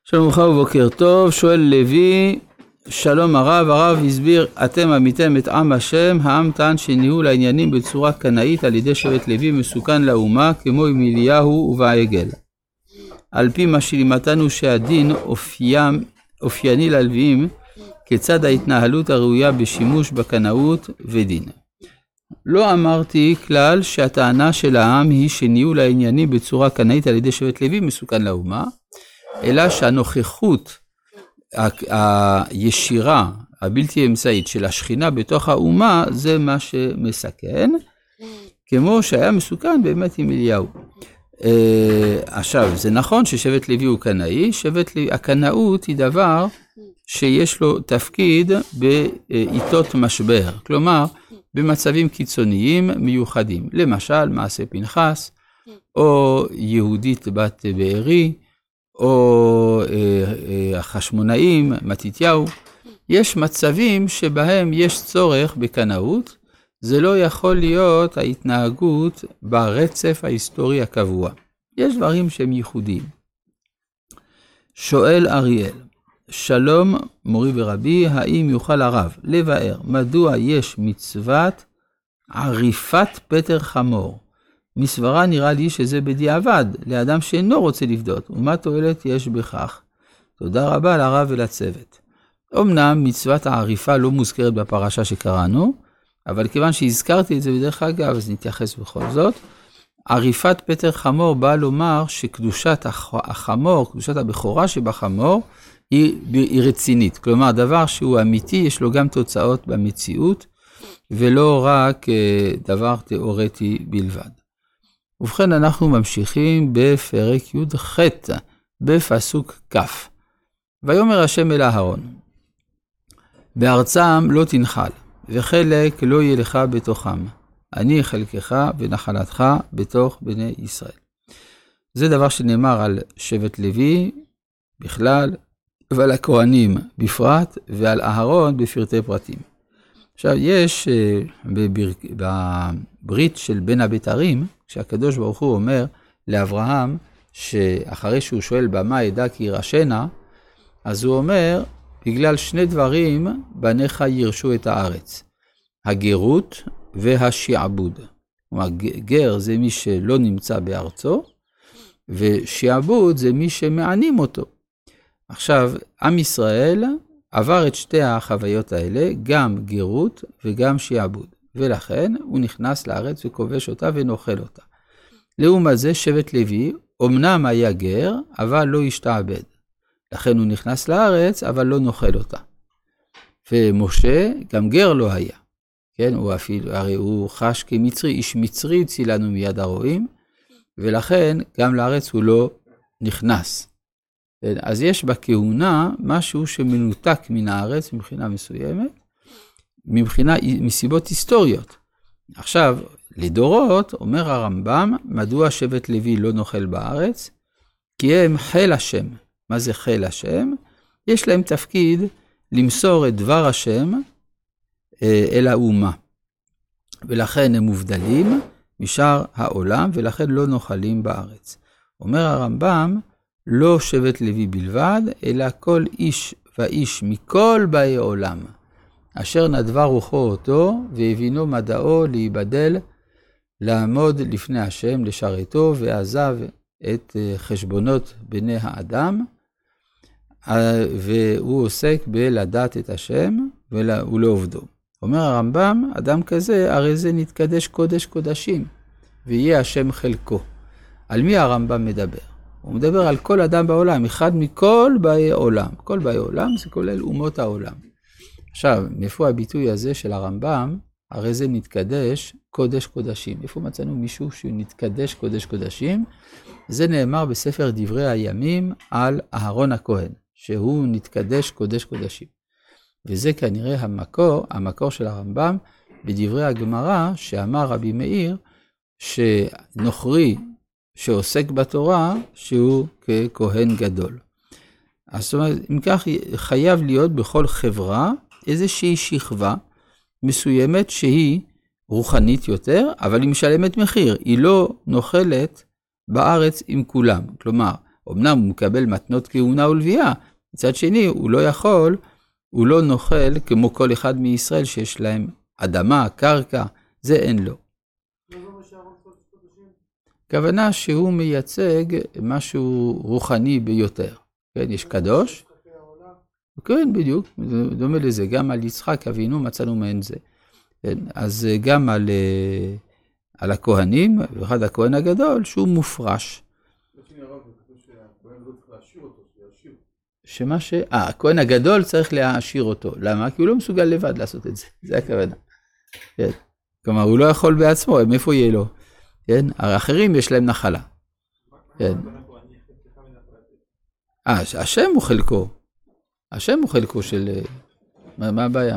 שלום וברכה ובוקר טוב. שואל לוי, שלום הרב הסביר, אתם עמיתם את עם השם, העם טען שניהול העניינים בצורה קנאית על ידי שבט לוי מסוכן לאומה, כמו עם אליהו ובעגל. על פי מה שלימדנו שהדין אופייני ללוויים, כיצד ההתנהלות הראויה בשימוש בקנאות ודין. לא אמרתי כלל שהטענה של העם היא שניהול העניינים בצורה קנאית על ידי שבט לוי מסוכן לאומה, אלא שהנוכחות הישירה, הבלתי אמצעית של השכינה בתוך האומה, זה מה שמסכן, כמו שהיה מסוכן באמת עם אליהו. עכשיו, זה נכון ששבט לוי הוא קנאי, הקנאות היא דבר שיש לו תפקיד בעיתות משבר, כלומר, במצבים קיצוניים מיוחדים, למשל מעשה פנחס, או יהודית בת בארי, או החשמונאים, מתתיהו. יש מצבים שבהם יש צורך בקנאות, זה לא יכול להיות ההתנהגות ברצף ההיסטורי הקבוע. יש דברים שהם ייחודיים. שואל אריאל, שלום מורי ורבי, האם יוכל הרב לבאר מדוע יש מצוות עריפת פטר חמור? מסברה נראה לי שזה בדיעבד, לאדם שאינו רוצה לפדות, ומה תועלת יש בכך? תודה רבה לרב ולצוות. אמנם מצוות העריפה לא מוזכרת בפרשה שקראנו, אבל כיוון שהזכרתי את זה בדרך אגב, אז נתייחס בכל זאת. עריפת פטר חמור בא לומר שקדושת החמור, קדושת הבכורה שבחמור, היא רצינית. כלומר, דבר שהוא אמיתי, יש לו גם תוצאות במציאות, ולא רק דבר תיאורטי בלבד. ובכן, אנחנו ממשיכים בפרק י"ח, בפסוק כ'. ויאמר השם אל אהרון, בארצם לא תנחל, וחלק לא יהיה לך בתוכם. אני חלקך ונחלתך בתוך בני ישראל. זה דבר שנאמר על שבט לוי בכלל, ועל הכהנים בפרט, ועל אהרון בפרטי פרטים. עכשיו, יש בברית של בין הבתרים, כשהקדוש ברוך הוא אומר לאברהם, שאחרי שהוא שואל במה ידע כי ירשנה, אז הוא אומר, בגלל שני דברים בניך ירשו את הארץ. הגרות והשעבוד. כלומר, גר זה מי שלא נמצא בארצו, ושעבוד זה מי שמענים אותו. עכשיו, עם ישראל עבר את שתי החוויות האלה, גם גרות וגם שעבוד. ולכן הוא נכנס לארץ וכובש אותה ונאכל אותה. לעומת זה שבט לוי, אמנם היה גר, אבל לא השתעבד. לכן הוא נכנס לארץ, אבל לא נאכל אותה. ומשה גם גר לא היה. כן, הרי הוא חש כמצרי, איש מצרי צילנו מיד הרועים, ולכן גם לארץ הוא לא נכנס. אז יש בכהונה משהו שמנותק מן הארץ מבחינה מסוימת, מסיבות היסטוריות. עכשיו, לדורות, אומר הרמב"ם, מדוע שבט לוי לא נאכל בארץ? כי הם חיל השם. מה זה חיל השם? יש להם תפקיד למסור את דבר השם אל האומה. ולכן הם מובדלים משאר העולם, ולכן לא נאכלים בארץ. אומר הרמב"ם, לא שבט לוי בלבד, אלא כל איש ואיש מכל באי עולם. אשר נדבה רוחו אותו, והבינו מדעו להיבדל, לעמוד לפני השם, לשרתו, ועזב את חשבונות בני האדם, והוא עוסק בלדעת את השם, ולעובדו. אומר הרמב"ם, אדם כזה, הרי זה נתקדש קודש קודשים, ויהיה השם חלקו. על מי הרמב"ם מדבר? הוא מדבר על כל אדם בעולם, אחד מכל באי עולם. כל באי עולם זה כולל אומות העולם. עכשיו, מאיפה הביטוי הזה של הרמב"ם, הרי זה נתקדש קודש קודשים. איפה מצאנו מישהו שנתקדש קודש קודשים? זה נאמר בספר דברי הימים על אהרון הכהן, שהוא נתקדש קודש קודשים. וזה כנראה המקור של הרמב"ם בדברי הגמרא, שאמר רבי מאיר, שנוכרי שעוסק בתורה, שהוא ככהן גדול. אז זאת אומרת, אם כך חייב להיות בכל חברה איזושהי שכבה מסוימת שהיא רוחנית יותר, אבל היא משלמת מחיר. היא לא נוחלת בארץ עם כולם. כלומר, אמנם הוא מקבל מתנות כהונה ולוויה, מצד שני הוא לא יכול, הוא לא נוכל כמו כל אחד מישראל שיש להם אדמה, קרקע, זה אין לו. כוונה שהוא מייצג משהו רוחני ביותר. כן, יש קדוש. כן, בדיוק, דומה לזה, גם על יצחק אבינו מצאנו מעין זה. כן, אז גם על הכהנים, ואחד הכהן הגדול, שהוא מופרש. שמה הכהן הגדול צריך להעשיר אותו. למה? כי הוא לא מסוגל לבד לעשות את זה. זה הכוונה. כן. כלומר, הוא לא יכול בעצמו, מאיפה יהיה לו? כן? האחרים יש להם נחלה. כן. השם הוא חלקו. השם הוא חלקו של... מה הבעיה?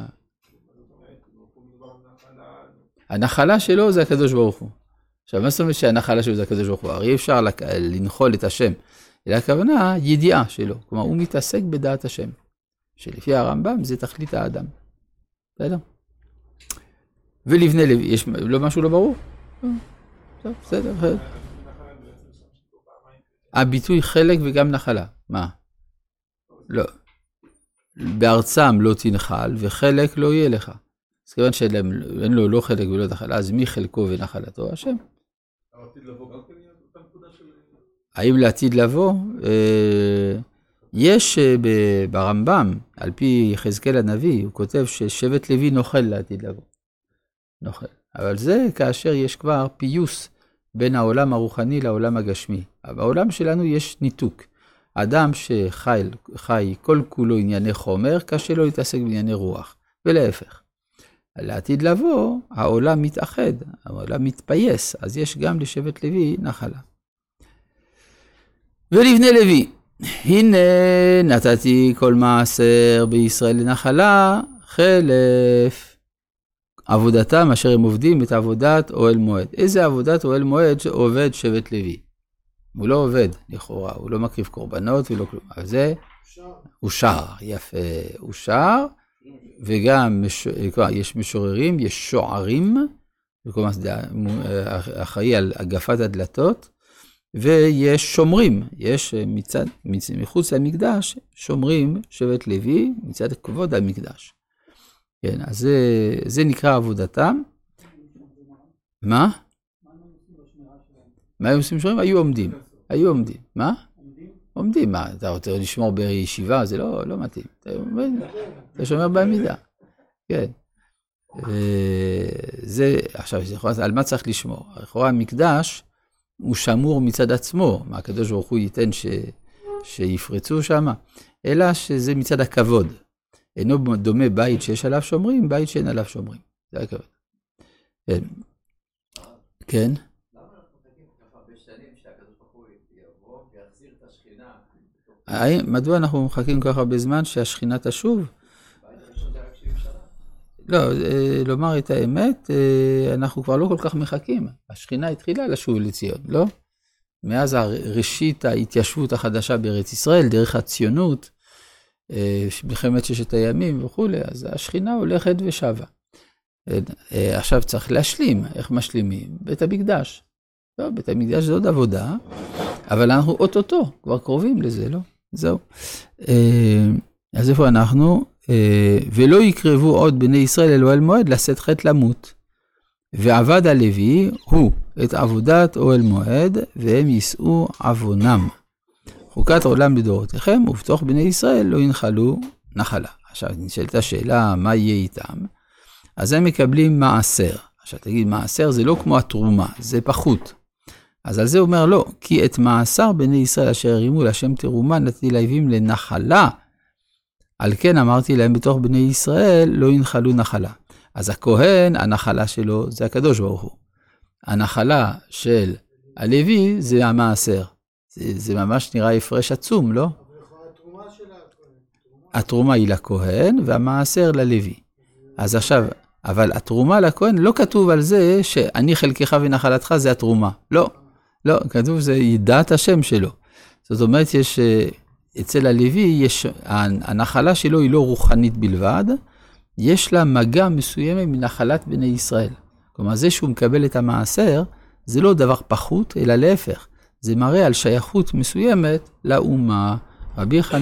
הנחלה שלו זה הקדוש ברוך הוא. עכשיו, מה זאת אומרת שהנחלה שלו זה הקדוש ברוך הוא? הרי אפשר לנחול את השם. אלא הכוונה, ידיעה שלו. כלומר, הוא מתעסק בדעת השם. שלפי הרמב"ם זה תכלית האדם. בסדר? ולבנה לוי, יש לא משהו לא ברור? טוב, בסדר. הביטוי חלק וגם נחלה. מה? לא. בארצם לא תנחל וחלק לא יהיה לך. אז כיוון שאין לו לא חלק ולא נחלה, אז מי חלקו ונחלתו? השם. האם לעתיד לבוא? יש ברמב"ם, על פי יחזקאל הנביא, הוא כותב ששבט לוי נוכל לעתיד לבוא. נוכל. אבל זה כאשר יש כבר פיוס בין העולם הרוחני לעולם הגשמי. בעולם שלנו יש ניתוק. אדם שחי כל כולו ענייני חומר, קשה לו להתעסק בענייני רוח. ולהפך. לעתיד לבוא, העולם מתאחד, העולם מתפייס, אז יש גם לשבט לוי נחלה. ולבני לוי, הנה נתתי כל מעשר בישראל לנחלה, חלף עבודתם אשר הם עובדים את עבודת אוהל מועד. איזה עבודת אוהל מועד שעובד שבט לוי? הוא לא עובד, לכאורה, הוא לא מקריב קורבנות ולא כלום. אבל זה, הוא שר, יפה, הוא שר, וגם יש משוררים, יש שוערים, אחראי על אגפת הדלתות, ויש שומרים, יש מחוץ למקדש, שומרים שבט לוי מצד כבוד המקדש. כן, אז זה נקרא עבודתם. מה? מה היו עושים שומרים? היו עומדים. היו עומדים. מה? עומדים. מה? אתה רוצה לשמור בישיבה? זה לא מתאים. אתה שומר בעמידה. כן. זה, עכשיו, על מה צריך לשמור? לכאורה המקדש הוא שמור מצד עצמו. מה הקדוש ברוך הוא ייתן שיפרצו שם? אלא שזה מצד הכבוד. אינו דומה בית שיש עליו שומרים, בית שאין עליו שומרים. זה הכבוד. כן. כן. מדוע אנחנו מחכים כל כך הרבה זמן שהשכינה תשוב? לא, לומר את האמת, אנחנו כבר לא כל כך מחכים. השכינה התחילה לשוב לציון, לא? מאז ראשית ההתיישבות החדשה בארץ ישראל, דרך הציונות, מלחמת ששת הימים וכו', אז השכינה הולכת ושבה. עכשיו צריך להשלים, איך משלימים? בית המקדש. לא, בית המקדש זה עוד עבודה, אבל אנחנו אוטוטו, כבר קרובים לזה, לא? זהו. אז איפה אנחנו? ולא יקרבו עוד בני ישראל אל אוהל מועד לשאת חטא למות. ועבד הלוי הוא את עבודת אוהל מועד, והם יישאו עוונם. חוקת עולם לדורותיכם, ובתוך בני ישראל לא ינחלו נחלה. עכשיו נשאלת השאלה, מה יהיה איתם? אז הם מקבלים מעשר. עכשיו תגיד, מעשר זה לא כמו התרומה, זה פחות. אז על זה אומר לא, כי את מעשר בני ישראל אשר הרימו להשם תרומה נתתי להביאים לנחלה. על כן אמרתי להם בתוך בני ישראל לא ינחלו נחלה. אז הכהן, הנחלה שלו זה הקדוש ברוך הוא. הנחלה של הלוי זה המעשר. זה ממש נראה הפרש עצום, לא? התרומה היא לכהן והמעשר ללוי. אז עכשיו, אבל התרומה לכהן לא כתוב על זה שאני חלקך ונחלתך זה התרומה. לא, לא, כתוב זה ידעת השם שלו. זאת אומרת, יש, אצל הלוי, הנחלה שלו היא לא רוחנית בלבד, יש לה מגע מסוים מנחלת בני ישראל. כלומר, זה שהוא מקבל את המעשר, זה לא דבר פחות, אלא להפך. זה מראה על שייכות מסוימת לאומה. רבי